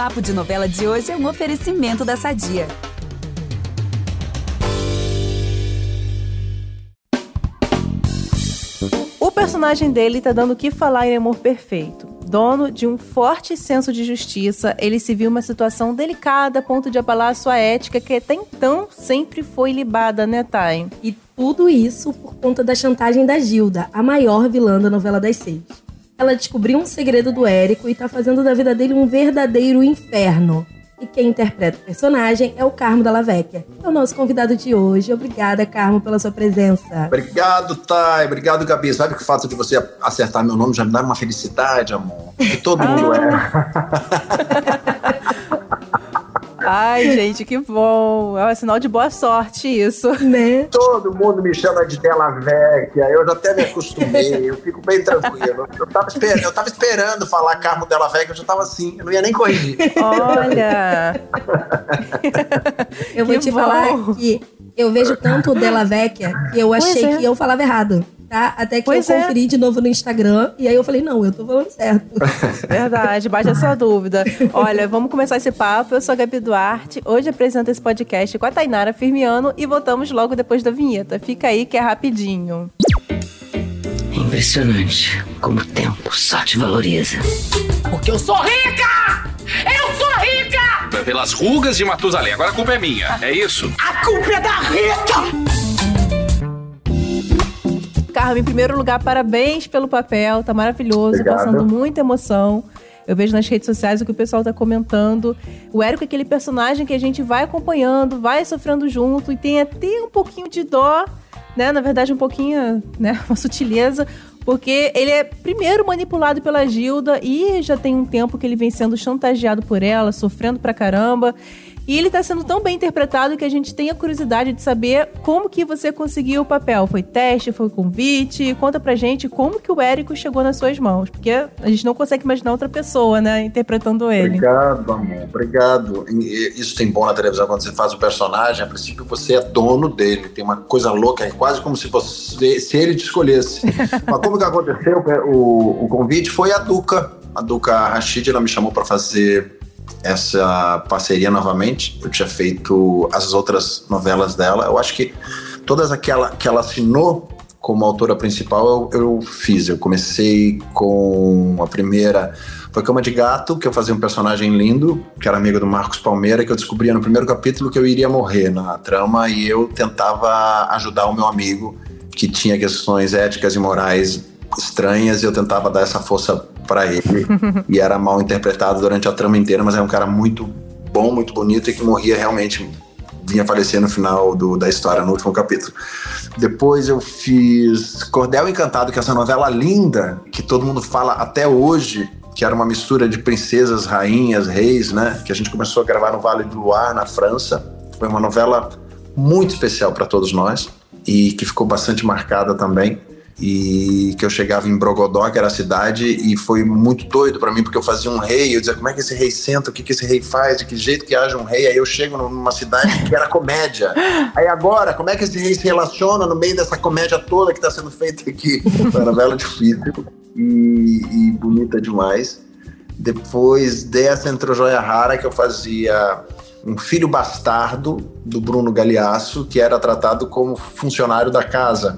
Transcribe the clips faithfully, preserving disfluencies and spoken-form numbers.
Papo de Novela de hoje é um oferecimento da Sadia. O personagem dele tá dando o que falar em Amor Perfeito. Dono de um forte senso de justiça, ele se viu em uma situação delicada a ponto de abalar a sua ética, que até então sempre foi libada, né, Thay? E tudo isso por conta da chantagem da Gilda, a maior vilã da novela das seis. Ela descobriu um segredo do Érico e tá fazendo da vida dele um verdadeiro inferno. E quem interpreta o personagem é o Carmo Della Vecchia, que é o nosso convidado de hoje. Obrigada, Carmo, pela sua presença. Obrigado, Thay. Obrigado, Gabi. Sabe que o fato de você acertar meu nome já me dá uma felicidade, amor? Que todo mundo é. Ai, gente, que bom. É um sinal de boa sorte isso, né? Todo mundo me chama de Della Vecchia. Eu já até me acostumei. Eu fico bem tranquilo. Eu tava esperando, eu tava esperando falar Carmo Della Vecchia. Eu já tava assim. Eu não ia nem corrigir. Olha! Eu vou que te bom. falar que eu vejo tanto o Della Vecchia que eu achei Pois é. que eu falava errado. Tá? Até que Pois eu é. conferi de novo no Instagram. E aí eu falei, não, eu tô falando certo. Verdade, baixa essa dúvida. Olha, vamos começar esse papo. Eu sou a Gabi Duarte. Hoje apresento esse podcast com a Tainara Firmiano e voltamos logo depois da vinheta. Fica aí que é rapidinho. É impressionante como o tempo só te valoriza. Porque eu sou rica! Eu sou rica! Pelas rugas de Matusalém. Agora a culpa é minha, é isso? A culpa é da Rita! Carmo, em primeiro lugar, parabéns pelo papel. Tá maravilhoso, Obrigado. passando muita emoção. Eu vejo nas redes sociais o que o pessoal tá comentando. O Érico é aquele personagem que a gente vai acompanhando, vai sofrendo junto e tem até um pouquinho de dó, né? Na verdade, um pouquinho, né? Uma sutileza, porque ele é primeiro manipulado pela Gilda e já tem um tempo que ele vem sendo chantageado por ela, sofrendo pra caramba. E ele tá sendo tão bem interpretado que a gente tem a curiosidade de saber como que você conseguiu o papel. Foi teste, foi convite? Conta pra gente como que o Érico chegou nas suas mãos. Porque a gente não consegue imaginar outra pessoa, né, interpretando ele. Obrigado, amor. Obrigado. E isso tem bom na televisão quando você faz o personagem. A princípio você é dono dele. Tem uma coisa louca, é quase como se, você, se ele te escolhesse. Mas como que aconteceu? O, o convite foi a Duca. A Duca Rachid, ela me chamou pra fazer essa parceria novamente. Eu tinha feito as outras novelas dela. Eu acho que todas aquela que ela assinou como autora principal eu, eu fiz. Eu comecei com a primeira, foi Cama de Gato, que eu fazia um personagem lindo, que era amigo do Marcos Palmeira, que eu descobria no primeiro capítulo que eu iria morrer na trama, e eu tentava ajudar o meu amigo, que tinha questões éticas e morais estranhas, e eu tentava dar essa força pra ele. E era mal interpretado durante a trama inteira, mas era um cara muito bom, muito bonito, e que morria realmente, vinha falecer no final do, da história, no último capítulo. Depois eu fiz Cordel Encantado, que é essa novela linda, que todo mundo fala até hoje, que era uma mistura de princesas, rainhas, reis, né? Que a gente começou a gravar no Vale do Loire, na França. Foi uma novela muito especial para todos nós, e que ficou bastante marcada também. E que eu chegava em Brogodó, que era a cidade, e foi muito doido pra mim, porque eu fazia um rei, eu dizia, como é que esse rei senta, o que que esse rei faz, de que jeito que age um rei. Aí eu chego numa cidade que era comédia. Aí agora, como é que esse rei se relaciona no meio dessa comédia toda que tá sendo feita aqui? Foi uma novela difícil e, e bonita demais. Depois dessa entrou Joia Rara, que eu fazia um filho bastardo do Bruno Galeasso, que era tratado como funcionário da casa.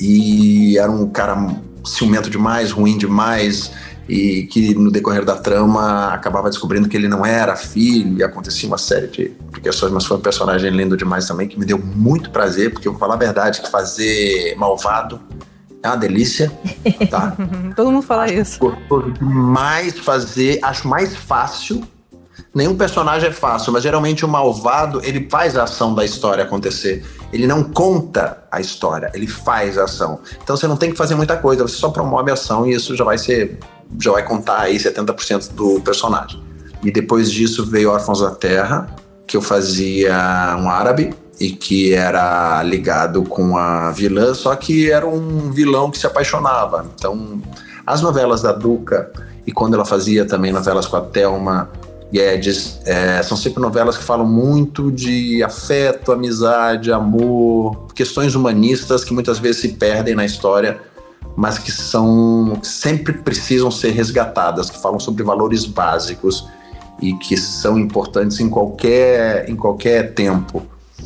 E era um cara ciumento demais, ruim demais, e que no decorrer da trama acabava descobrindo que ele não era filho, e acontecia uma série de, de questões, mas foi um personagem lindo demais também, que me deu muito prazer, porque eu vou falar a verdade, que fazer malvado é uma delícia, tá? Todo mundo fala acho isso. Gostoso demais fazer, acho mais fácil. Nenhum personagem é fácil, mas geralmente o malvado, ele faz a ação da história acontecer. Ele não conta a história, ele faz a ação. Então você não tem que fazer muita coisa, você só promove a ação e isso já vai ser, já vai contar aí setenta por cento do personagem. E depois disso veio Órfãos da Terra, que eu fazia um árabe e que era ligado com a vilã, só que era um vilão que se apaixonava. Então, as novelas da Duca, e quando ela fazia também novelas com a Thelma Guedes, é, são sempre novelas que falam muito de afeto, amizade, amor, questões humanistas que muitas vezes se perdem na história, mas que são, que sempre precisam ser resgatadas, que falam sobre valores básicos. e que são importantes em qualquer, em qualquer tempo.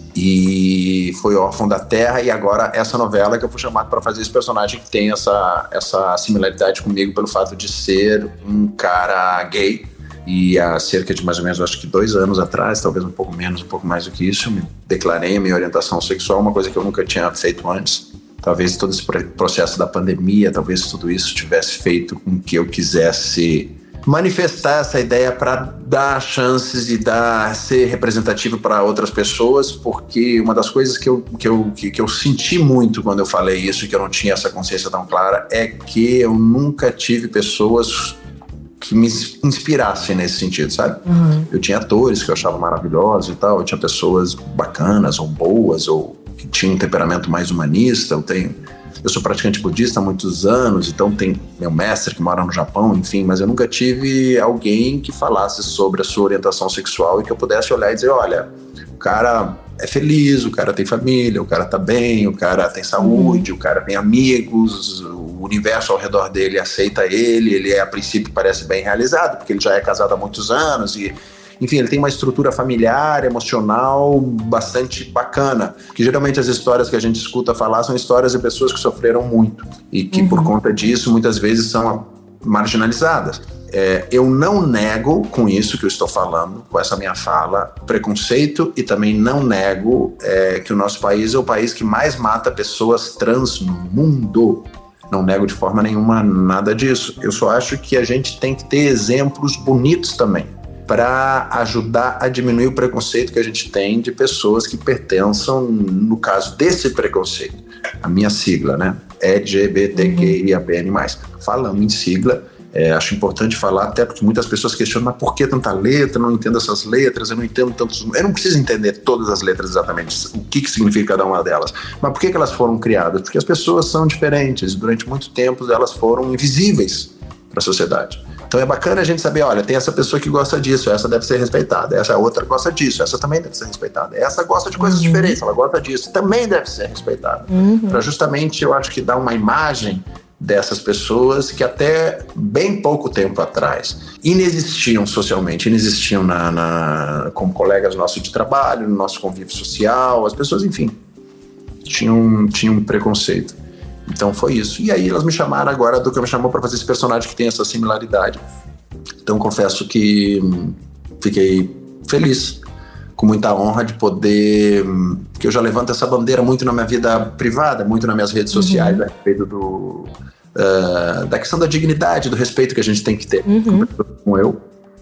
E foi órfão da terra, e agora essa novela que eu fui chamado para fazer esse personagem que tem essa, essa similaridade comigo pelo fato de ser um cara gay. E há cerca de mais ou menos, acho que dois anos atrás, talvez um pouco menos, um pouco mais do que isso, eu me declarei a minha orientação sexual, uma coisa que eu nunca tinha feito antes. Talvez todo esse processo da pandemia, talvez tudo isso tivesse feito com que eu quisesse manifestar essa ideia para dar chances e dar, ser representativo para outras pessoas, porque uma das coisas que eu, que, eu, que, que eu senti muito quando eu falei isso, que eu não tinha essa consciência tão clara, é que eu nunca tive pessoas que me inspirassem nesse sentido, sabe? Uhum. Eu tinha atores que eu achava maravilhosos e tal, eu tinha pessoas bacanas ou boas ou que tinham um temperamento mais humanista. Eu tenho, eu sou praticante budista há muitos anos, então tem meu mestre que mora no Japão, enfim, mas eu nunca tive alguém que falasse sobre a sua orientação sexual e que eu pudesse olhar e dizer, olha, o cara é feliz, o cara tem família, o cara tá bem, o cara tem saúde, uhum. o cara tem amigos, o universo ao redor dele aceita ele, ele é, a princípio parece bem realizado, porque ele já é casado há muitos anos e, enfim, ele tem uma estrutura familiar, emocional bastante bacana, que geralmente as histórias que a gente escuta falar são histórias de pessoas que sofreram muito e que uhum. por conta disso muitas vezes são marginalizadas. É, eu não nego com isso que eu estou falando, com essa minha fala, preconceito, e também não nego é, que o nosso país é o país que mais mata pessoas trans no mundo. Não nego de forma nenhuma nada disso. Eu só acho que a gente tem que ter exemplos bonitos também para ajudar a diminuir o preconceito que a gente tem de pessoas que pertençam, no caso desse preconceito, a minha sigla, né? L G B T Q I A P N mais. Falando em sigla, É, acho importante falar, até porque muitas pessoas questionam, mas por que tanta letra? Eu não entendo essas letras, eu não entendo tantos... Eu não preciso entender todas as letras exatamente, o que, que significa cada uma delas. Mas por que, que elas foram criadas? Porque as pessoas são diferentes, durante muito tempo elas foram invisíveis para a sociedade. Então é bacana a gente saber, olha, tem essa pessoa que gosta disso, essa deve ser respeitada, essa outra gosta disso, essa também deve ser respeitada, essa gosta de coisas uhum. diferentes, ela gosta disso, também deve ser respeitada. Uhum. Para justamente, eu acho que dar uma imagem dessas pessoas que até bem pouco tempo atrás inexistiam socialmente, inexistiam na, na, como colegas nossos de trabalho, no nosso convívio social, as pessoas, enfim, tinham, tinham um preconceito. Então foi isso. E aí elas me chamaram agora, do que me chamou para fazer esse personagem que tem essa similaridade. Então confesso que fiquei feliz, com muita honra de poder, que eu já levanto essa bandeira muito na minha vida privada, muito nas minhas redes sociais, uhum. a respeito do, uh, da questão da dignidade, do respeito que a gente tem que ter uhum. com eu.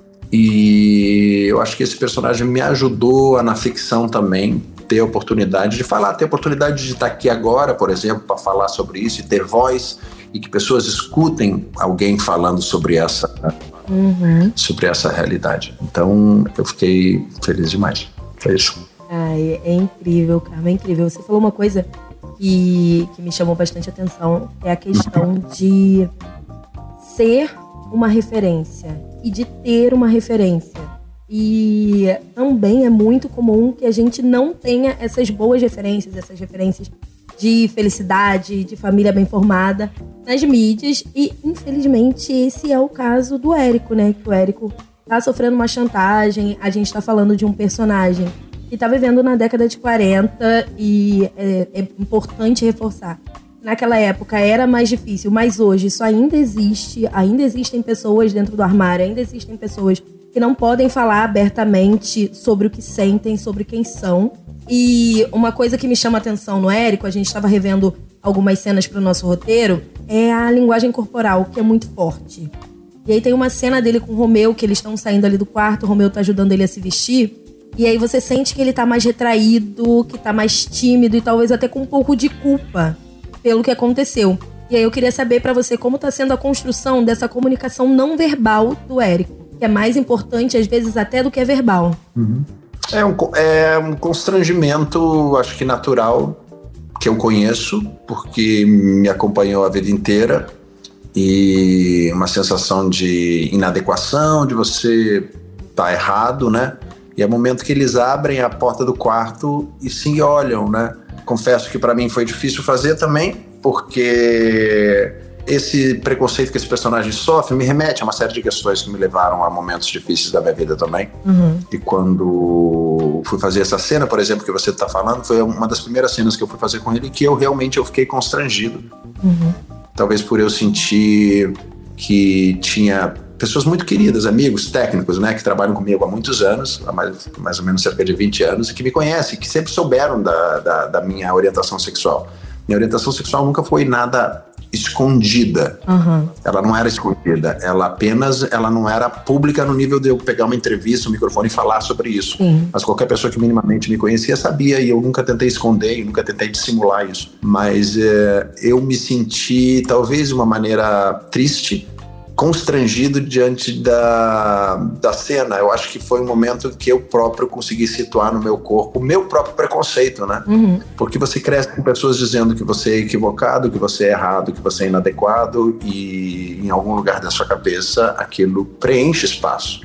E eu acho que esse personagem me ajudou a, na ficção também, ter a oportunidade de falar, ter a oportunidade de estar aqui agora, por exemplo, para falar sobre isso e ter voz, e que pessoas escutem alguém falando sobre essa, uhum. sobre essa realidade. Então, eu fiquei feliz demais. Foi isso. Ai, é incrível, Carmen, é incrível. Você falou uma coisa que, que me chamou bastante atenção, é a questão de ser uma referência e de ter uma referência. E também é muito comum que a gente não tenha essas boas referências, essas referências de felicidade, de família bem formada nas mídias. E, infelizmente, esse é o caso do Érico, né? Que o Érico tá sofrendo uma chantagem. A gente tá falando de um personagem que tá vivendo na década de quarenta e é, é importante reforçar. Naquela época era mais difícil, mas hoje isso ainda existe. Ainda existem pessoas dentro do armário, ainda existem pessoas que não podem falar abertamente sobre o que sentem, sobre quem são. E uma coisa que me chama a atenção no Érico, a gente estava revendo algumas cenas para o nosso roteiro, é a linguagem corporal, que é muito forte. E aí tem uma cena dele com o Romeu, que eles estão saindo ali do quarto, o Romeu tá ajudando ele a se vestir, e aí você sente que ele tá mais retraído, que tá mais tímido e talvez até com um pouco de culpa pelo que aconteceu. E aí eu queria saber para você como tá sendo a construção dessa comunicação não verbal do Érico, que é mais importante, às vezes, até do que é verbal. Uhum. É, um, é um constrangimento, acho que natural, que eu conheço, porque me acompanhou a vida inteira, e uma sensação de inadequação, de você estar errado, né? E é o momento que eles abrem a porta do quarto e se olham, né? Confesso que para mim foi difícil fazer também, porque esse preconceito que esse personagem sofre me remete a uma série de questões que me levaram a momentos difíceis da minha vida também. Uhum. E quando fui fazer essa cena, por exemplo, que você está falando, foi uma das primeiras cenas que eu fui fazer com ele que eu realmente eu fiquei constrangido. Uhum. Talvez por eu sentir que tinha pessoas muito queridas, amigos, técnicos, né, que trabalham comigo há muitos anos, há mais, mais ou menos cerca de vinte anos, e que me conhecem, que sempre souberam da, da, da minha orientação sexual. Minha orientação sexual nunca foi nada escondida. Uhum. Ela não era escondida. Ela apenas, ela não era pública no nível de eu pegar uma entrevista, um microfone e falar sobre isso. Sim. Mas qualquer pessoa que minimamente me conhecia sabia, e eu nunca tentei esconder, nunca tentei dissimular isso. Mas é, eu me senti, talvez de uma maneira triste, constrangido diante da, da cena. Eu acho que foi um momento que eu próprio consegui situar no meu corpo o meu próprio preconceito, né? Uhum. Porque você cresce com pessoas dizendo que você é equivocado, que você é errado, que você é inadequado, e em algum lugar da sua cabeça aquilo preenche espaço.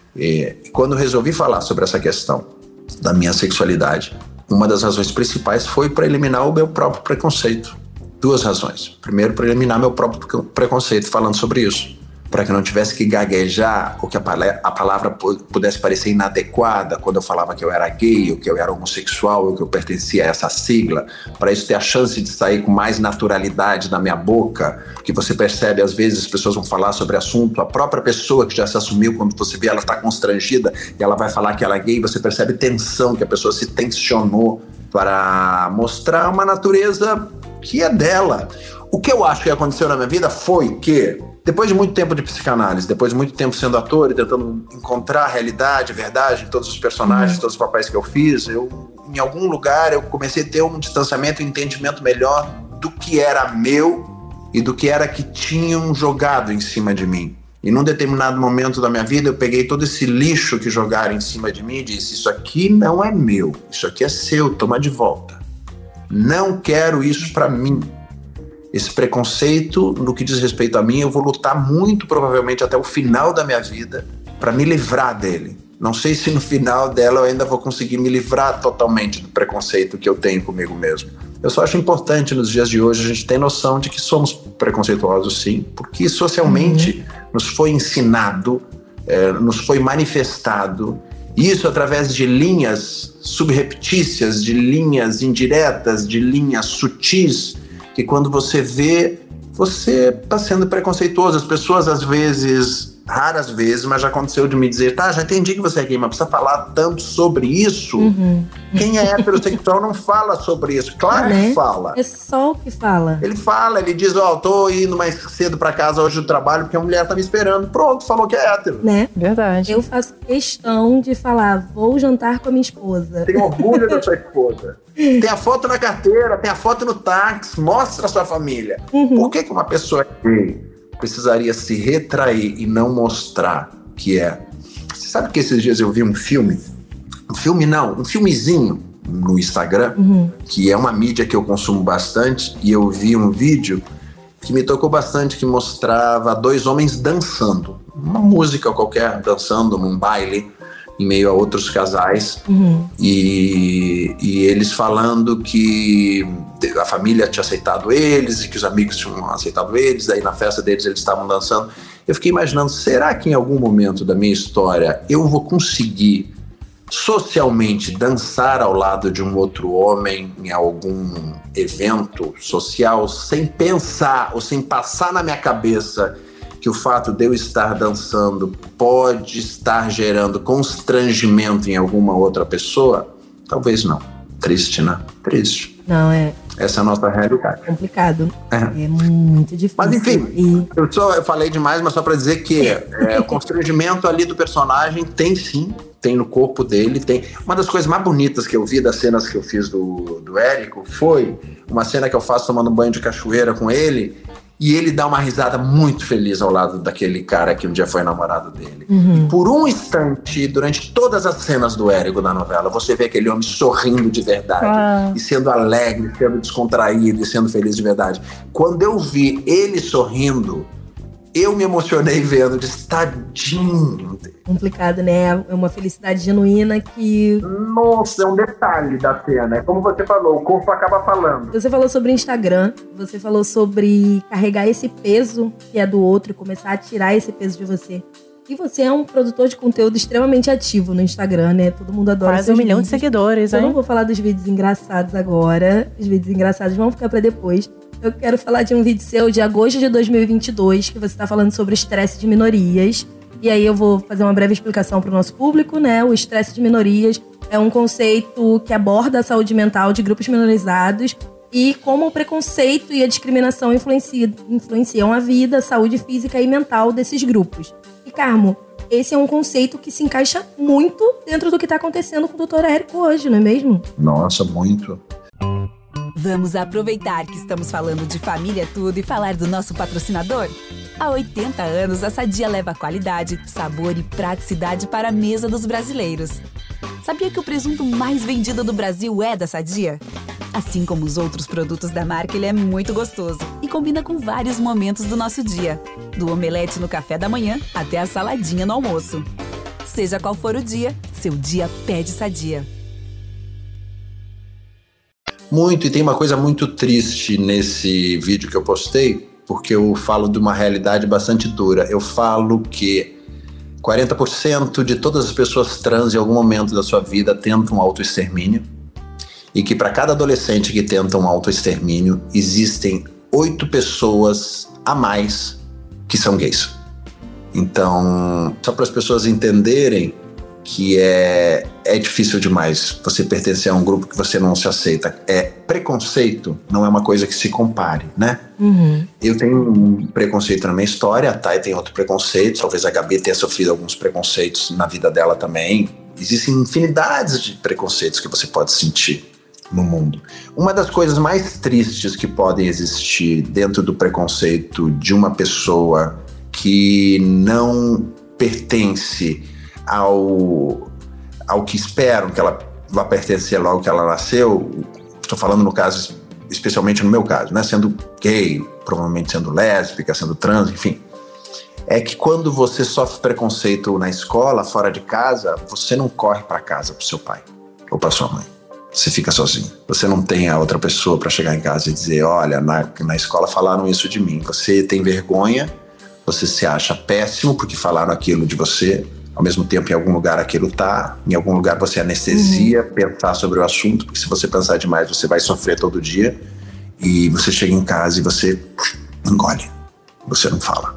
E quando eu resolvi falar sobre essa questão da minha sexualidade, uma das razões principais foi para eliminar o meu próprio preconceito. Duas razões. Primeiro, para eliminar meu próprio preconceito falando sobre isso. Para que eu não tivesse que gaguejar, ou que a palavra, a palavra pudesse parecer inadequada quando eu falava que eu era gay, ou que eu era homossexual, ou que eu pertencia a essa sigla. Para isso ter a chance de sair com mais naturalidade da minha boca. Porque você percebe, às vezes, as pessoas vão falar sobre assunto, a própria pessoa que já se assumiu, quando você vê ela está constrangida, e ela vai falar que ela é gay, você percebe tensão, que a pessoa se tensionou para mostrar uma natureza que é dela. O que eu acho que aconteceu na minha vida foi que, depois de muito tempo de psicanálise, depois de muito tempo sendo ator e tentando encontrar a realidade, a verdade de todos os personagens, uhum. todos os papéis que eu fiz, eu, em algum lugar eu comecei a ter um distanciamento e um entendimento melhor do que era meu e do que era que tinham jogado em cima de mim. E num determinado momento da minha vida eu peguei todo esse lixo que jogaram em cima de mim e disse: isso aqui não é meu, isso aqui é seu, toma de volta. Não quero isso pra mim. Esse preconceito, no que diz respeito a mim, eu vou lutar muito provavelmente até o final da minha vida para me livrar dele. Não sei se no final dela eu ainda vou conseguir me livrar totalmente do preconceito que eu tenho comigo mesmo. Eu só acho importante nos dias de hoje a gente ter noção de que somos preconceituosos sim, porque socialmente uhum. nos foi ensinado, é, nos foi manifestado, isso através de linhas subreptícias, de linhas indiretas, de linhas sutis, que quando você vê, você está sendo preconceituoso. As pessoas às vezes, raras vezes, mas já aconteceu de me dizer: tá, já entendi que você é gay, mas precisa falar tanto sobre isso? Uhum. Quem é heterossexual não fala sobre isso. Claro né? que fala. É só o que fala. Ele fala, ele diz: ó, oh, tô indo mais cedo pra casa hoje do trabalho porque a mulher tá me esperando. Pronto, falou que é hétero. Né? Verdade. Eu faço questão de falar: vou jantar com a minha esposa. Tem orgulho da sua esposa. Tem a foto na carteira, tem a foto no táxi, mostra a sua família. Uhum. Por que que uma pessoa gay precisaria se retrair e não mostrar que é? Você sabe que esses dias eu vi um filme, um filme não, um filmezinho no Instagram, uhum. que é uma mídia que eu consumo bastante, e eu vi um vídeo que me tocou bastante, que mostrava dois homens dançando, uma música qualquer, dançando num baile, em meio a outros casais, uhum. e, e eles falando que a família tinha aceitado eles e que os amigos tinham aceitado eles, aí na festa deles eles estavam dançando. Eu fiquei imaginando, será que em algum momento da minha história eu vou conseguir socialmente dançar ao lado de um outro homem em algum evento social sem pensar ou sem passar na minha cabeça que o fato de eu estar dançando pode estar gerando constrangimento em alguma outra pessoa? Talvez não. Triste, né? Triste. Não, é... Essa é a nossa realidade. complicado. É, é muito difícil. Mas enfim, e... eu, só, eu falei demais, mas só para dizer que é, o constrangimento ali do personagem tem sim, tem no corpo dele, tem. Uma das coisas mais bonitas que eu vi das cenas que eu fiz do, do Érico foi uma cena que eu faço tomando banho de cachoeira com ele, e ele dá uma risada muito feliz ao lado daquele cara que um dia foi namorado dele. Uhum. E por um instante, durante todas as cenas do Érico na novela, você vê aquele homem sorrindo de verdade. Ah. E sendo alegre, sendo descontraído e sendo feliz de verdade. Quando eu vi ele sorrindo, eu me emocionei vendo, disse, tadinho. Complicado, né? É uma felicidade genuína que... Nossa, é um detalhe da cena. É como você falou, o corpo acaba falando. Você falou sobre Instagram, você falou sobre carregar esse peso que é do outro e começar a tirar esse peso de você. E você é um produtor de conteúdo extremamente ativo no Instagram, né? Todo mundo adora Quase um milhão vídeos. de seguidores, hein? Eu não vou falar dos vídeos engraçados agora. Os vídeos engraçados vão ficar pra depois. Eu quero falar de um vídeo seu de agosto de dois mil e vinte e dois, que você tá falando sobre o estresse de minorias. E aí eu vou fazer uma breve explicação pro nosso público, né? O estresse de minorias é um conceito que aborda a saúde mental de grupos minorizados e como o preconceito e a discriminação influenciam, influenciam a vida, a saúde física e mental desses grupos. E, Carmo, esse é um conceito que se encaixa muito dentro do que está acontecendo com o doutor Érico hoje, não é mesmo? Nossa, muito. Vamos aproveitar que estamos falando de família tudo e falar do nosso patrocinador? Há oitenta anos, a Sadia leva qualidade, sabor e praticidade para a mesa dos brasileiros. Sabia que o presunto mais vendido do Brasil é da Sadia? Assim como os outros produtos da marca, ele é muito gostoso e combina com vários momentos do nosso dia. Do omelete no café da manhã até a saladinha no almoço. Seja qual for o dia, seu dia pede Sadia. Muito, e tem uma coisa muito triste nesse vídeo que eu postei, porque eu falo de uma realidade bastante dura. Eu falo que quarenta por cento de todas as pessoas trans em algum momento da sua vida tentam um autoextermínio, e que para cada adolescente que tenta um autoextermínio, existem oito pessoas a mais que são gays. Então, só para as pessoas entenderem que é, é difícil demais você pertencer a um grupo que você não se aceita. É, preconceito não é uma coisa que se compare, né? Uhum. Eu tenho um preconceito na minha história, a Thay tem outro preconceito, talvez a Gabi tenha sofrido alguns preconceitos na vida dela também. Existem infinidades de preconceitos que você pode sentir no mundo. Uma das coisas mais tristes que podem existir dentro do preconceito de uma pessoa que não pertence ao, ao que esperam que ela vá pertencer logo que ela nasceu, estou falando no caso, especialmente no meu caso, né? Sendo gay, provavelmente sendo lésbica, sendo trans, enfim, é que quando você sofre preconceito na escola, fora de casa, você não corre para casa pro seu pai ou para sua mãe. Você fica sozinho. Você não tem a outra pessoa para chegar em casa e dizer, olha, na, na escola falaram isso de mim. Você tem vergonha, você se acha péssimo porque falaram aquilo de você. Ao mesmo tempo, em algum lugar aquilo tá, em algum lugar você anestesia uhum. pensar sobre o assunto, porque se você pensar demais, você vai sofrer todo dia. E você chega em casa e você engole. Você não fala.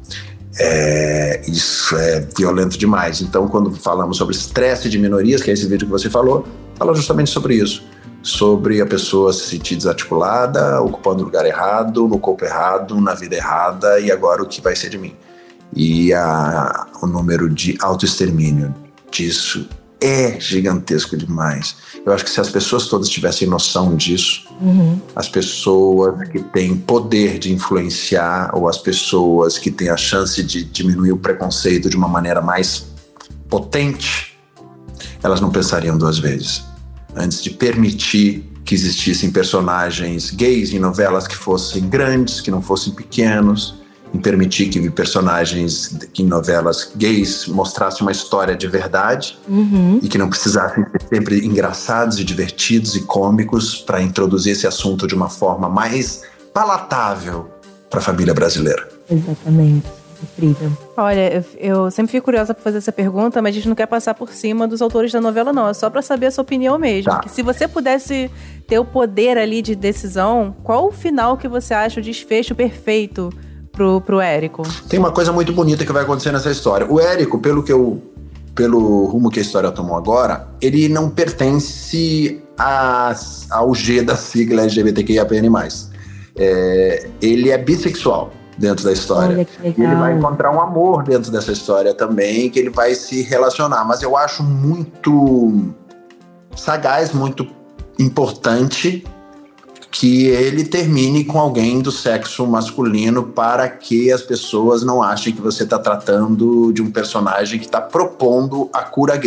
É, isso é violento demais. Então, quando falamos sobre estresse de minorias, que é esse vídeo que você falou, fala justamente sobre isso, sobre a pessoa se sentir desarticulada, ocupando o lugar errado, no corpo errado, na vida errada, e agora o que vai ser de mim. E a, o número de autoextermínio disso é gigantesco demais. Eu acho que se as pessoas todas tivessem noção disso, uhum. as pessoas que têm poder de influenciar, ou as pessoas que têm a chance de diminuir o preconceito de uma maneira mais potente, elas não pensariam duas vezes antes de permitir que existissem personagens gays em novelas que fossem grandes, que não fossem pequenos, em permitir que personagens que em novelas gays mostrassem uma história de verdade uhum. e que não precisassem ser sempre engraçados e divertidos e cômicos para introduzir esse assunto de uma forma mais palatável para a família brasileira. Exatamente. Incrível. Olha, eu, eu sempre fico curiosa por fazer essa pergunta, mas a gente não quer passar por cima dos autores da novela, não. É só pra saber a sua opinião mesmo. Tá. Que se você pudesse ter o poder ali de decisão, qual o final que você acha, o desfecho perfeito pro, pro Érico? Tem uma coisa muito bonita que vai acontecer nessa história. O Érico, pelo que eu, pelo rumo que a história tomou agora, ele não pertence a, ao G da sigla L G B T Q I A P N mais. É, ele é bissexual dentro da história. Olha, que legal. E ele vai encontrar um amor dentro dessa história também, que ele vai se relacionar. Mas eu acho muito sagaz, muito importante que ele termine com alguém do sexo masculino para que as pessoas não achem que você está tratando de um personagem que está propondo a cura gay.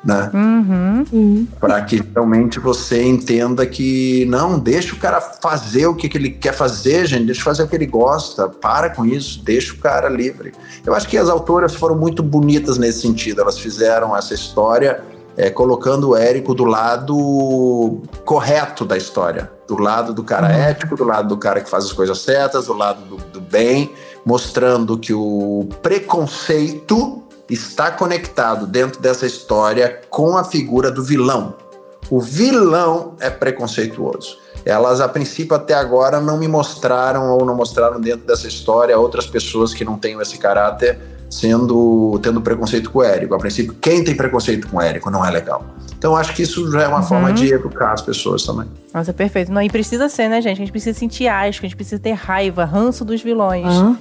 né? Uhum. Uhum. Para que realmente você entenda que não, deixa o cara fazer o que, que ele quer fazer, gente, deixa fazer o que ele gosta, para com isso, deixa o cara livre. Eu acho que as autoras foram muito bonitas nesse sentido, elas fizeram essa história é, colocando o Érico do lado correto da história, do lado do cara uhum. ético, do lado do cara que faz as coisas certas, do lado do, do bem, mostrando que o preconceito está conectado dentro dessa história com a figura do vilão. O vilão é preconceituoso. Elas, a princípio, até agora, não me mostraram ou não mostraram dentro dessa história outras pessoas que não tenham esse caráter sendo, tendo preconceito com o Érico. A princípio, quem tem preconceito com o Érico não é legal. Então, acho que isso já é uma uhum. forma de educar as pessoas também. Nossa, perfeito. Não, e precisa ser, né, gente? A gente precisa sentir asco, a gente precisa ter raiva, ranço dos vilões. Uhum.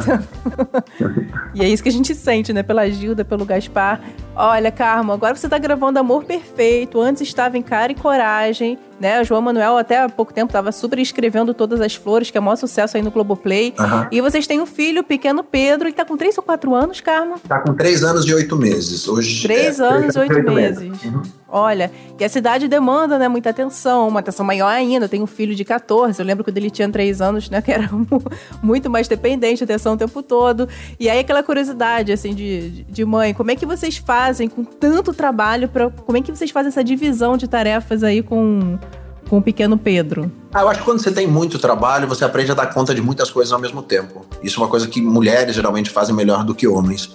É. E é isso que a gente sente, né? Pela Gilda, pelo Gaspar. Olha, Carmo, agora você tá gravando Amor Perfeito. Antes estava em Cara e Coragem, né? O João Manuel até há pouco tempo tava super escrevendo Todas as Flores, que é o maior sucesso aí no Globoplay. Uhum. E vocês têm um filho, pequeno Pedro, e tá com três ou quatro anos, Carmo? Tá com três anos e oito meses. Hoje Três é, anos e oito meses. meses. Uhum. Olha, e a cidade demanda, né, muita atenção, uma atenção maior ainda. Eu tenho um filho de catorze, eu lembro quando ele tinha três anos, né, que era muito mais dependente, atenção o tempo todo. E aí aquela curiosidade, assim, de, de mãe, como é que vocês fazem com tanto trabalho, pra, como é que vocês fazem essa divisão de tarefas aí com, com o pequeno Pedro? Ah, eu acho que quando você tem muito trabalho, você aprende a dar conta de muitas coisas ao mesmo tempo. Isso é uma coisa que mulheres geralmente fazem melhor do que homens.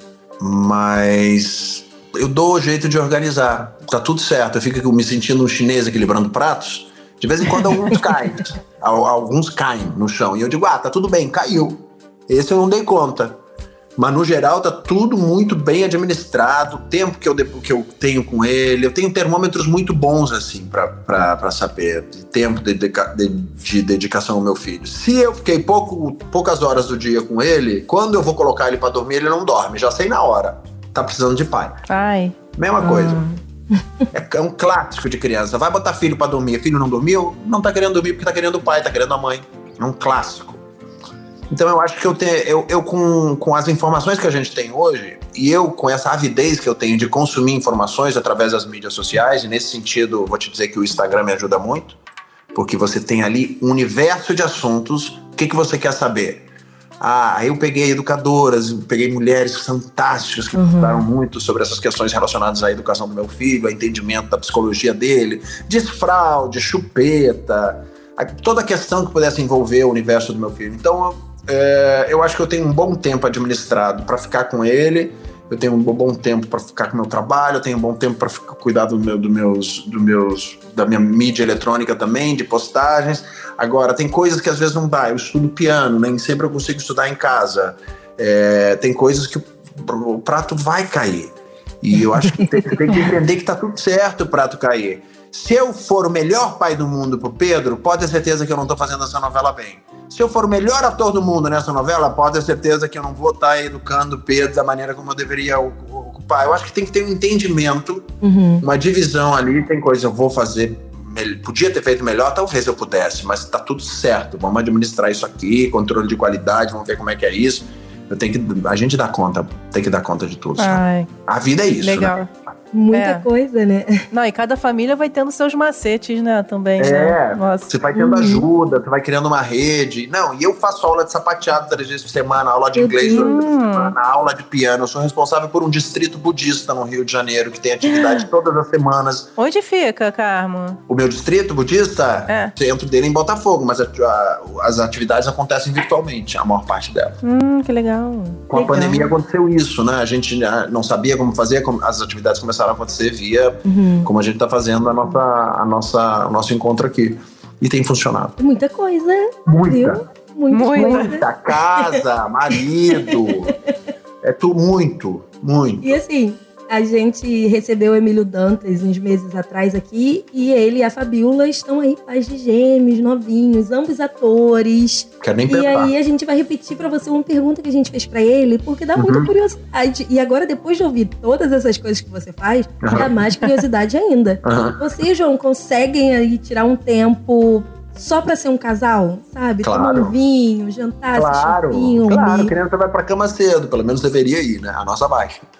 Mas eu dou o jeito de organizar. Tá tudo certo. Eu fico me sentindo um chinês equilibrando pratos. De vez em quando alguns caem. Alguns caem no chão. E eu digo, ah, tá tudo bem, caiu. Esse eu não dei conta. Mas no geral tá tudo muito bem administrado. O tempo que eu, que eu tenho com ele. Eu tenho termômetros muito bons, assim, pra, pra, pra saber. De tempo de, de, de dedicação ao meu filho. Se eu fiquei pouco, poucas horas do dia com ele, quando eu vou colocar ele pra dormir, ele não dorme. Já sei na hora. Tá precisando de pai. Ai. Mesma hum. coisa. É um clássico de criança. Vai botar filho pra dormir. Filho não dormiu? Não tá querendo dormir porque tá querendo o pai, tá querendo a mãe. É um clássico. Então eu acho que eu, tenho, eu, eu com, com as informações que a gente tem hoje, e eu com essa avidez que eu tenho de consumir informações através das mídias sociais, e nesse sentido vou te dizer que o Instagram me ajuda muito, porque você tem ali um universo de assuntos. O que, que você quer saber? Ah, eu peguei educadoras, peguei mulheres fantásticas que falaram uhum. muito sobre essas questões relacionadas à educação do meu filho, ao entendimento da psicologia dele, desfraude, chupeta, toda a questão que pudesse envolver o universo do meu filho. Então, é, eu acho que eu tenho um bom tempo administrado para ficar com ele, eu tenho um bom tempo para ficar com o meu trabalho, eu tenho um bom tempo para cuidar do meu, do meus, do meus, da minha mídia eletrônica também, de postagens. Agora, tem coisas que às vezes não dá. Eu estudo piano, nem sempre eu consigo estudar em casa. É, tem coisas que o, o prato vai cair. E eu acho que tem, tem que entender que tá tudo certo o prato cair. Se eu for o melhor pai do mundo pro Pedro, pode ter certeza que eu não tô fazendo essa novela bem. Se eu for o melhor ator do mundo nessa novela, pode ter certeza que eu não vou estar educando o Pedro da maneira como eu deveria ocupar. Eu acho que tem que ter um entendimento, uhum. uma divisão ali. Tem coisas que eu vou fazer, podia ter feito melhor, talvez eu pudesse, mas tá tudo certo. Vamos administrar isso aqui, controle de qualidade, vamos ver como é que é isso. Eu tenho que, a gente dá conta, tem que dar conta de tudo. Ai, a vida é isso, legal. Né? Muita é. coisa, né? Não, e cada família vai tendo seus macetes, né, também. É, né? Nossa. Você vai tendo uhum. ajuda, você vai criando uma rede. Não, e eu faço aula de sapateado três vezes por semana, aula de inglês duas vezes por semana, aula de piano. Eu sou responsável por um distrito budista no Rio de Janeiro, que tem atividade todas as semanas. Onde fica, Carmo? O meu distrito budista? É. Centro dele em Botafogo, mas a, a, as atividades acontecem virtualmente, a maior parte delas. Hum, que legal. Com legal. a pandemia aconteceu isso, né? A gente não sabia como fazer, as atividades começaram a acontecer via Uhum. como a gente tá fazendo a nossa, a nossa, o nosso encontro aqui. E tem funcionado. Muita coisa. Muita. Viu? Muita, Muita. Muita casa, marido. É tudo muito, muito. E assim, a gente recebeu o Emílio Dantas uns meses atrás aqui, e ele e a Fabiola estão aí, pais de gêmeos, novinhos, ambos atores. Quero nem e pensar. aí a gente vai repetir pra você uma pergunta que a gente fez pra ele, porque dá uhum. muita curiosidade. E agora, depois de ouvir todas essas coisas que você faz, uhum. dá mais curiosidade ainda. Uhum. Você e João conseguem aí tirar um tempo só pra ser um casal, sabe? Claro. Tomar um vinho, jantar, claro, assistir filme. Claro, a criança vai pra cama cedo, pelo menos deveria ir, né? A nossa baixa.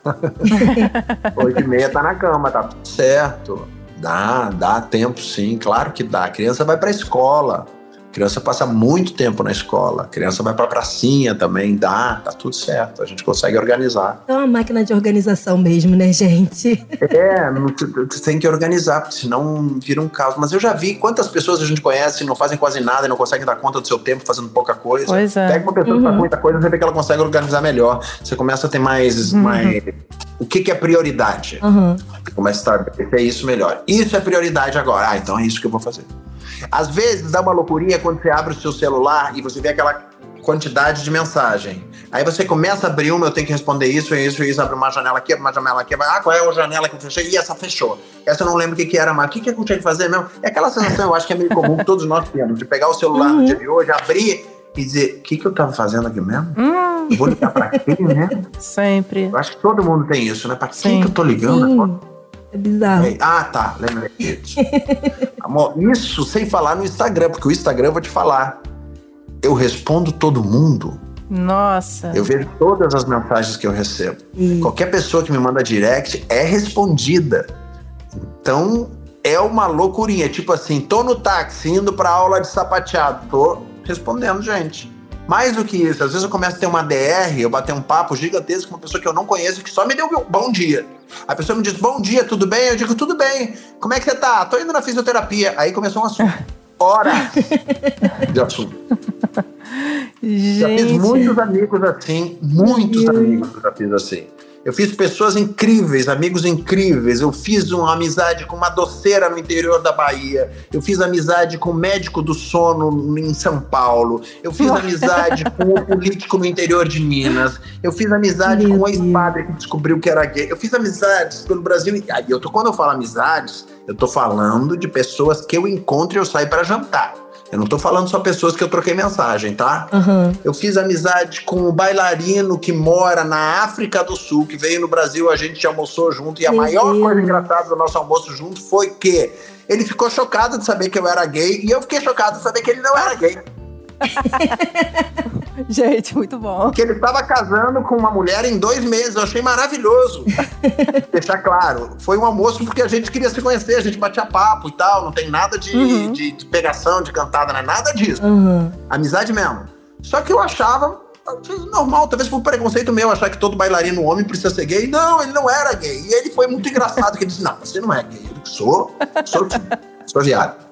Oito e meia tá na cama, tá tudo certo. Dá, dá tempo sim, claro que dá. A criança vai pra escola. A criança passa muito tempo na escola. A criança vai pra pracinha também, dá, tá tudo certo. A gente consegue organizar. É uma máquina de organização mesmo, né, gente? É, você tem que organizar, porque senão vira um caos. Mas eu já vi quantas pessoas a gente conhece e não fazem quase nada e não conseguem dar conta do seu tempo fazendo pouca coisa. Pois é. Pega uma pessoa uhum. que faz muita coisa, você vê que ela consegue organizar melhor. Você começa a ter mais... Uhum. mais... O que, que é prioridade? Uhum. Você começa a estabelecer isso melhor. Isso é prioridade agora. Ah, então é isso que eu vou fazer. Às vezes dá uma loucurinha quando você abre o seu celular e você vê aquela quantidade de mensagem. Aí você começa a abrir uma, eu tenho que responder isso, isso, isso, abre uma janela aqui, abre uma janela aqui, ah, qual é a janela que eu fechei? E essa fechou. Essa eu não lembro o que que era, mas o que que eu tinha que fazer mesmo? É aquela sensação, eu acho que é meio comum que todos nós temos, de pegar o celular uhum. no dia de hoje, abrir e dizer, o que que eu tava fazendo aqui mesmo? Hum. Eu vou ligar pra quem mesmo? Sempre. Eu acho que todo mundo tem isso, né? Pra quem Sim. que eu tô ligando? Sim. É bizarro. Ah, tá, lembrei disso. Amor, isso sem falar no Instagram, porque o Instagram, eu vou te falar, eu respondo todo mundo. Nossa. Eu vejo todas as mensagens que eu recebo. Hum. Qualquer pessoa que me manda direct é respondida. Então, é uma loucurinha. Tipo assim, tô no táxi, indo pra aula de sapateado. Tô respondendo, gente. Mais do que isso, às vezes eu começo a ter uma D R, eu bater um papo gigantesco com uma pessoa que eu não conheço, que só me deu um bom dia. A pessoa me diz, bom dia, tudo bem? Eu digo, tudo bem. Como é que você tá? Tô indo na fisioterapia. Aí começou um assunto. Horas de assunto. Gente. Já fiz muitos amigos assim, muitos amigos eu já fiz assim. Eu fiz pessoas incríveis, amigos incríveis. Eu fiz uma amizade com uma doceira no interior da Bahia. Eu fiz amizade com o médico do sono em São Paulo. Eu fiz amizade com o político no interior de Minas. Eu fiz amizade Meu com o ex-padre que descobriu que era gay. Eu fiz amizades pelo Brasil. E eu tô, quando eu falo amizades, eu tô falando de pessoas que eu encontro e eu saio para jantar. Eu não tô falando só pessoas que eu troquei mensagem, tá? Uhum. Eu fiz amizade com um bailarino que mora na África do Sul, que veio no Brasil, a gente almoçou junto. E a Meu maior Deus. coisa engraçada do nosso almoço junto foi que ele ficou chocado de saber que eu era gay e eu fiquei chocado de saber que ele não era gay. Gente, muito bom. Que ele estava casando com uma mulher em dois meses. Eu achei maravilhoso. Deixar claro, foi um almoço porque a gente queria se conhecer, a gente batia papo e tal, não tem nada de, Uhum. de, de pegação, de cantada, não é nada disso. Uhum. Amizade mesmo. Só que eu achava normal, talvez por preconceito meu, achar que todo bailarino homem precisa ser gay. Não, ele não era gay. E ele foi muito engraçado, que ele disse, não, você não é gay. Eu disse, sou, sou, sou viado.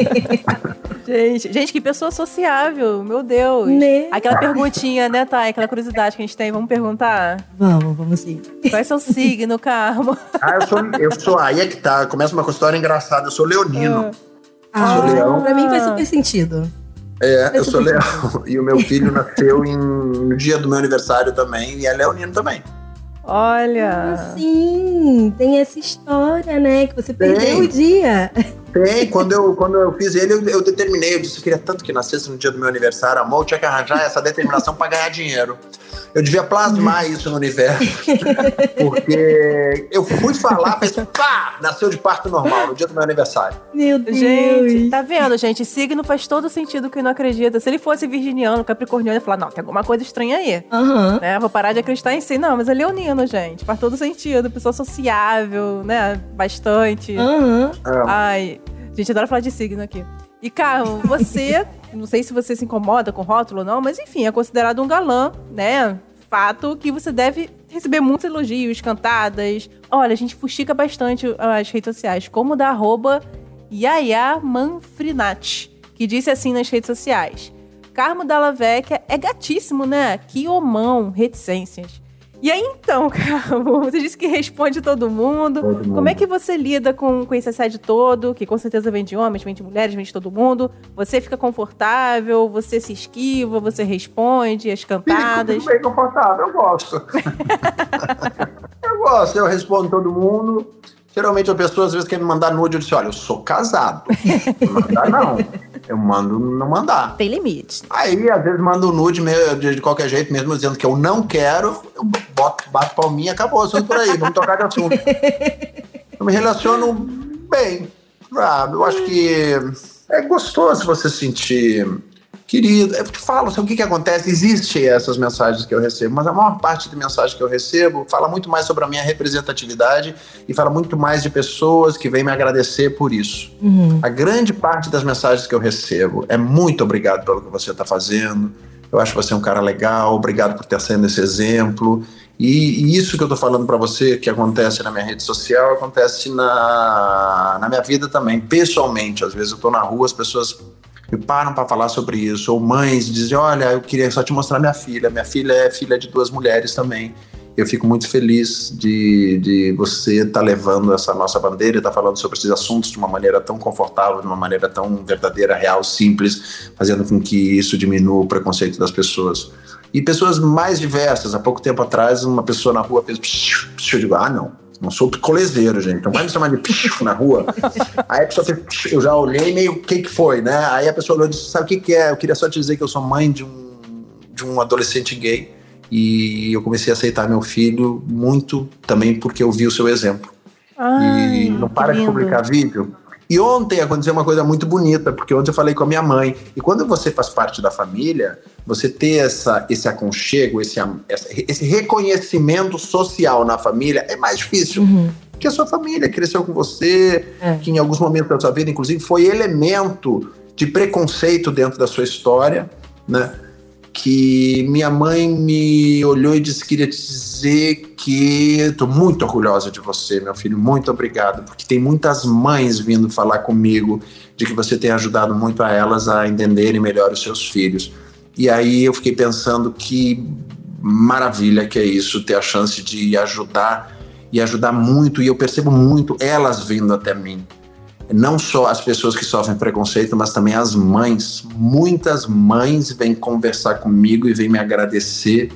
Gente, gente, que pessoa sociável, meu Deus. Né? Aquela perguntinha, né, Thay? Aquela curiosidade que a gente tem, vamos perguntar? Vamos, vamos sim. Qual é seu signo, Carmo? Ah, eu sou, eu sou, aí é que tá, começa uma história engraçada, eu sou leonino. Ah, Sou leão. pra mim faz super sentido. É, eu Faz sou super leão. E o meu filho nasceu em, no dia do meu aniversário também, e é leonino também. Olha. Sim, tem essa história, né? Que você Tem. perdeu o dia. Tem, quando eu, quando eu fiz ele, eu, eu determinei, eu disse, eu queria tanto que nascesse no dia do meu aniversário, amor, eu tinha que arranjar essa determinação pra ganhar dinheiro. Eu devia plasmar isso no universo, porque eu fui falar, fez pá, nasceu de parto normal no dia do meu aniversário. Meu Deus. Gente, tá vendo, gente? Signo faz todo sentido que não acredita. Se ele fosse virginiano, capricorniano, ia falar, não, tem alguma coisa estranha aí. Aham. Né? Vou parar de acreditar em si. Não, mas é leonino, gente. Faz todo sentido. Pessoa sociável, né? Bastante. Aham. É. Ai, gente, adora falar de signo aqui. E, Carmo, você, não sei se você se incomoda com rótulo ou não, mas enfim, é considerado um galã, né? Fato que você deve receber muitos elogios, cantadas. Olha, a gente fuxica bastante as redes sociais, como da arroba Yaya Manfrinat, que disse assim nas redes sociais: Carmo Dalla Vecchia é gatíssimo, né? Que homão, reticências. E aí, então, Carmo, você disse que responde todo mundo. Todo mundo. Como é que você lida com, com esse assédio todo, que com certeza vem de homens, vem de mulheres, vem de todo mundo? Você fica confortável? Você se esquiva? Você responde as cantadas? Fico bem confortável, eu gosto. Eu gosto, eu respondo todo mundo. Geralmente a pessoa às vezes quer me mandar nude, eu disse, olha, eu sou casado. Não mandar não. Eu mando não mandar. Tem limite. Aí, às vezes, mando um nude meio, de, de qualquer jeito, mesmo dizendo que eu não quero, eu boto, bato palminha e acabou, assunto por aí, vamos tocar de assunto. Eu me relaciono bem, sabe? Eu acho que é gostoso você sentir querido, eu te falo, sabe o que que acontece? Existem essas mensagens que eu recebo, mas a maior parte de mensagens que eu recebo fala muito mais sobre a minha representatividade e fala muito mais de pessoas que vêm me agradecer por isso. Uhum. A grande parte das mensagens que eu recebo é muito obrigado pelo que você está fazendo, eu acho você um cara legal, obrigado por ter sendo esse exemplo. E, e isso que eu tô falando para você, que acontece na minha rede social, acontece na, na minha vida também, pessoalmente. Às vezes eu tô na rua, as pessoas me param para falar sobre isso, ou mães dizem, olha, eu queria só te mostrar minha filha, minha filha é filha de duas mulheres também. Eu fico muito feliz de, de você estar tá levando essa nossa bandeira e estar tá falando sobre esses assuntos de uma maneira tão confortável, de uma maneira tão verdadeira, real, simples, fazendo com que isso diminua o preconceito das pessoas. E pessoas mais diversas. Há pouco tempo atrás, uma pessoa na rua fez psiu, psiu, eu digo, ah, não, não sou picolezeiro, gente, não vai me chamar de psiu na rua. Aí a pessoa fez psiu, eu já olhei meio, o que que foi, né? Aí a pessoa olhou e disse, sabe o que que é? Eu queria só te dizer que eu sou mãe de um, de um adolescente gay e eu comecei a aceitar meu filho muito também porque eu vi o seu exemplo. Ai, e não para de publicar vídeo. E ontem aconteceu uma coisa muito bonita, porque ontem eu falei com a minha mãe. E quando você faz parte da família, você ter essa, esse aconchego, esse, esse reconhecimento social na família é mais difícil. Uhum. Porque a sua família cresceu com você, é. que em alguns momentos da sua vida, inclusive, foi elemento de preconceito dentro da sua história, né? Que minha mãe me olhou e disse que queria te dizer que estou muito orgulhosa de você, meu filho, muito obrigado, porque tem muitas mães vindo falar comigo de que você tem ajudado muito a elas a entenderem melhor os seus filhos. E aí eu fiquei pensando que maravilha que é isso, ter a chance de ajudar e ajudar muito, e eu percebo muito elas vindo até mim. Não só as pessoas que sofrem preconceito, mas também as mães. Muitas mães vêm conversar comigo e vêm me agradecer,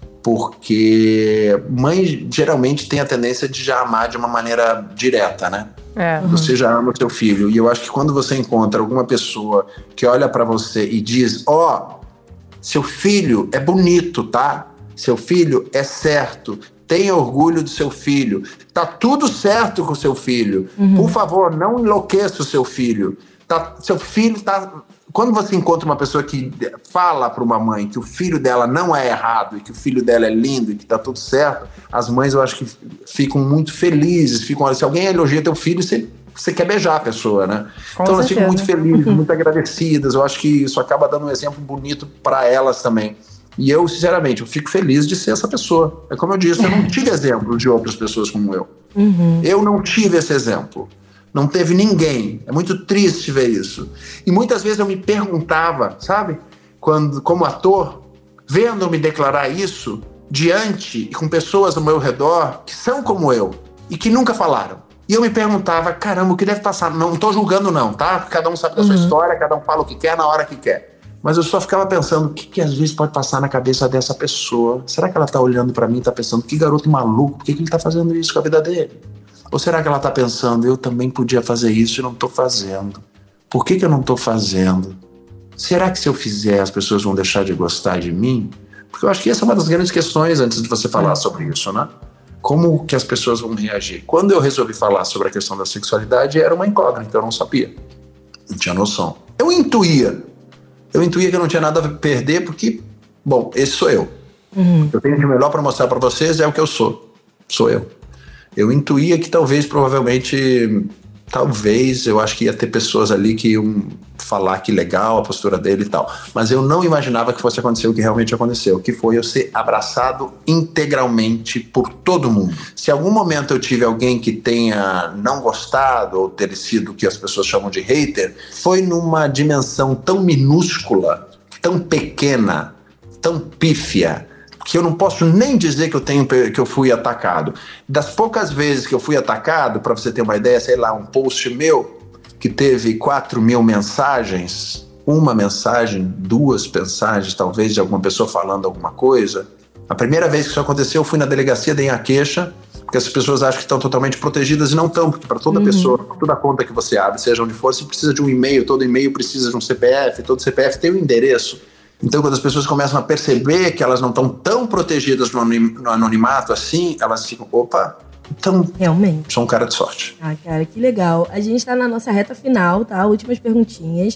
porque mãe geralmente tem a tendência de já amar de uma maneira direta, né? É. Você já ama o seu filho. E eu acho que quando você encontra alguma pessoa que olha pra você e diz, ó, oh, seu filho é bonito, tá? Seu filho é certo. Tenha orgulho do seu filho. Tá tudo certo com o seu filho. Uhum. Por favor, não enlouqueça o seu filho. Tá, seu filho tá... Quando você encontra uma pessoa que fala para uma mãe que o filho dela não é errado e que o filho dela é lindo e que tá tudo certo, as mães, eu acho que ficam muito felizes. Ficam, se alguém elogia teu filho, você, você quer beijar a pessoa, né? Com então certeza. Elas ficam muito felizes, uhum. muito agradecidas. Eu acho que isso acaba dando um exemplo bonito para elas também. E eu, sinceramente, eu fico feliz de ser essa pessoa. É como eu disse, eu não tive exemplo de outras pessoas como eu. Uhum. Eu não tive esse exemplo. Não teve ninguém. É muito triste ver isso. E muitas vezes eu me perguntava, sabe? Quando, como ator, vendo-me declarar isso diante e com pessoas ao meu redor que são como eu e que nunca falaram. E eu me perguntava, caramba, o que deve passar? Não estou julgando não, tá? Cada um sabe da uhum. sua história, cada um fala o que quer na hora que quer. Mas eu só ficava pensando, o que, que às vezes pode passar na cabeça dessa pessoa? Será que ela tá olhando pra mim e tá pensando, que garoto maluco, por que, que ele tá fazendo isso com a vida dele? Ou será que ela tá pensando, eu também podia fazer isso e não tô fazendo? Por que, que eu não tô fazendo? Será que se eu fizer as pessoas vão deixar de gostar de mim? Porque eu acho que essa é uma das grandes questões antes de você falar sobre isso, né? Como que as pessoas vão reagir? Quando eu resolvi falar sobre a questão da sexualidade, era uma incógnita, eu não sabia. Não tinha noção. Eu intuía. Eu intuía que eu não tinha nada a perder porque, bom, esse sou eu. Uhum. Eu tenho de melhor para mostrar para vocês, é o que eu sou. Sou eu. Eu intuía que talvez, provavelmente, talvez, eu acho que ia ter pessoas ali que iam falar que legal a postura dele e tal. Mas eu não imaginava que fosse acontecer o que realmente aconteceu, que foi eu ser abraçado integralmente por todo mundo. Se em algum momento eu tive alguém que tenha não gostado ou ter sido o que as pessoas chamam de hater, foi numa dimensão tão minúscula, tão pequena, tão pífia, que eu não posso nem dizer que eu, tenho, que eu fui atacado. Das poucas vezes que eu fui atacado, para você ter uma ideia, sei lá, um post meu que teve quatro mil mensagens, uma mensagem, duas mensagens, talvez, de alguma pessoa falando alguma coisa. A primeira vez que isso aconteceu, eu fui na delegacia, dei a queixa, porque as pessoas acham que estão totalmente protegidas e não estão, porque para toda uhum. pessoa, toda conta que você abre, seja onde for, você precisa de um e-mail, todo e-mail precisa de um C P F, todo C P F tem um endereço. Então, quando as pessoas começam a perceber que elas não estão tão protegidas no anonimato assim, elas ficam, opa, então, realmente, sou um cara de sorte. Ah, cara, que legal. A gente tá na nossa reta final, tá? Últimas perguntinhas.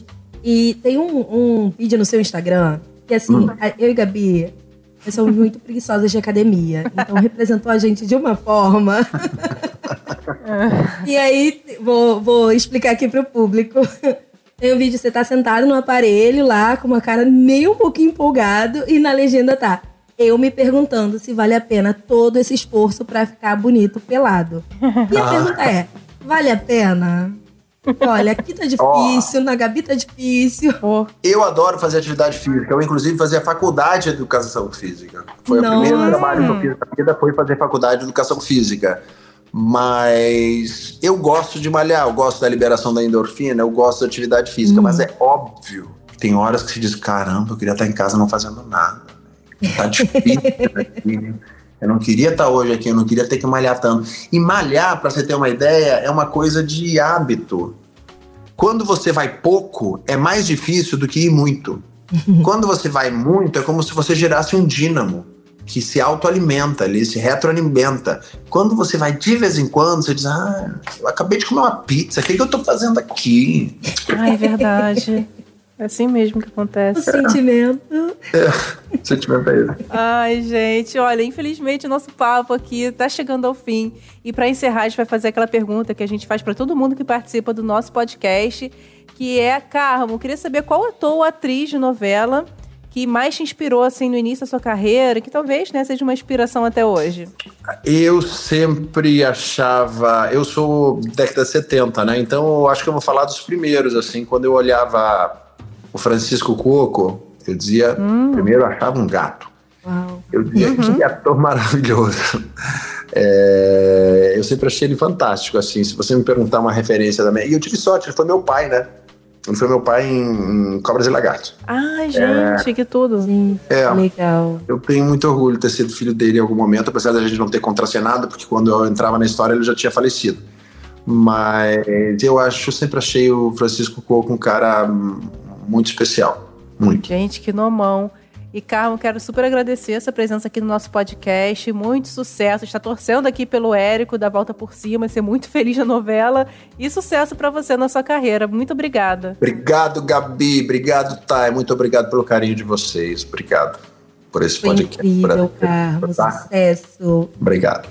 E tem um, um vídeo no seu Instagram que, assim, hum. eu e Gabi, nós somos muito preguiçosas de academia. Então, representou a gente de uma forma. E aí, vou, vou explicar aqui pro público. Tem um vídeo, você tá sentado no aparelho lá, com uma cara meio um pouquinho empolgado, e na legenda tá: eu me perguntando se vale a pena todo esse esforço pra ficar bonito pelado. E a ah. pergunta é, vale a pena? Olha, aqui tá difícil, oh. na Gabi tá difícil. Oh. Eu adoro fazer atividade física. Eu, inclusive, fazia faculdade de educação física. Foi Nossa. o primeiro trabalho que eu fiz na vida, foi fazer faculdade de educação física. Mas eu gosto de malhar, eu gosto da liberação da endorfina, eu gosto da atividade física, hum. mas é óbvio que tem horas que se diz, caramba, eu queria estar em casa não fazendo nada. Tá difícil aqui. Eu não queria estar hoje aqui, eu não queria ter que malhar tanto. E malhar, para você ter uma ideia, é uma coisa de hábito. Quando você vai pouco, é mais difícil do que ir muito. Quando você vai muito, é como se você gerasse um dínamo que se autoalimenta ali, se retroalimenta. Quando você vai de vez em quando, você diz, ah, eu acabei de comer uma pizza, o que, que eu tô fazendo aqui? Ah, é verdade. É assim mesmo que acontece. O sentimento. É, o sentimento é esse. Ai, gente, olha, infelizmente o nosso papo aqui tá chegando ao fim. E pra encerrar, a gente vai fazer aquela pergunta que a gente faz pra todo mundo que participa do nosso podcast, que é, Carmo, queria saber qual ator ou atriz de novela que mais te inspirou, assim, no início da sua carreira, que talvez, né, seja uma inspiração até hoje. Eu sempre achava... Eu sou década de setenta, né? Então eu acho que eu vou falar dos primeiros, assim. Quando eu olhava o Francisco Coco, eu dizia... Hum. Primeiro eu achava um gato. Uau. Eu dizia, uhum. que ator maravilhoso. É, eu sempre achei ele fantástico, assim. Se você me perguntar uma referência também... E eu tive sorte, ele foi meu pai, né? Ele foi meu pai em, em Cobras e Lagartos. Ai, gente, é, que tudo. Sim, é, legal. Eu tenho muito orgulho de ter sido filho dele em algum momento, apesar da gente não ter contracenado, porque quando eu entrava na história ele já tinha falecido. Mas eu acho, eu sempre achei o Francisco Coco um cara muito especial. Muito. Gente, que nomão. E, Carmo, quero super agradecer essa presença aqui no nosso podcast. Muito sucesso. Está torcendo aqui pelo Érico da Volta por Cima, ser muito feliz na novela. E sucesso para você na sua carreira. Muito obrigada. Obrigado, Gabi. Obrigado, Thay. Muito obrigado pelo carinho de vocês. Obrigado por esse Foi podcast. Incrível, Carmo. Tá? Sucesso. Obrigado.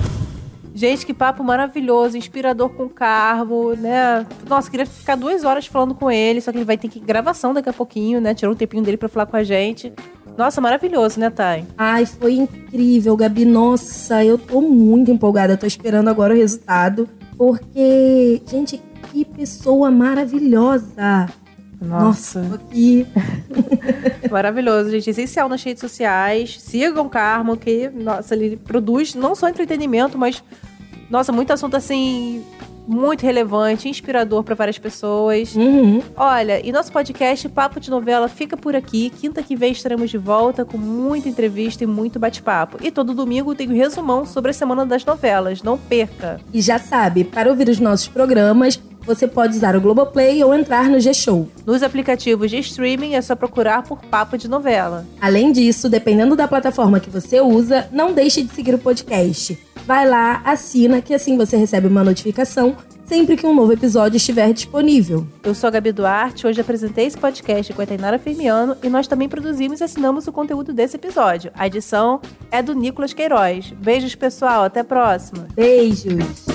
Gente, que papo maravilhoso, inspirador com o Carmo, né? Nossa, queria ficar duas horas falando com ele, só que ele vai ter que ir gravação daqui a pouquinho, né? Tirou um tempinho dele pra falar com a gente. Nossa, maravilhoso, né, Thay? Ai, foi incrível, Gabi. Nossa, eu tô muito empolgada. Eu tô esperando agora o resultado, porque, gente, que pessoa maravilhosa. Nossa. Nossa, aqui. Maravilhoso, gente. Essencial nas redes sociais. Sigam o Carmo, que, nossa, ele produz não só entretenimento, mas, nossa, muito assunto, assim, muito relevante, inspirador para várias pessoas. Uhum. Olha, e nosso podcast Papo de Novela fica por aqui. Quinta que vem estaremos de volta com muita entrevista e muito bate-papo. E todo domingo tem um resumão sobre a Semana das Novelas. Não perca! E já sabe, para ouvir os nossos programas, você pode usar o Globoplay ou entrar no G-Show. Nos aplicativos de streaming é só procurar por Papo de Novela. Além disso, dependendo da plataforma que você usa, não deixe de seguir o podcast. Vai lá, assina, que assim você recebe uma notificação sempre que um novo episódio estiver disponível. Eu sou a Gabi Duarte, hoje apresentei esse podcast com a Tainara Firmiano e nós também produzimos e assinamos o conteúdo desse episódio. A edição é do Nicolas Queiroz. Beijos, pessoal. Até a próxima. Beijos.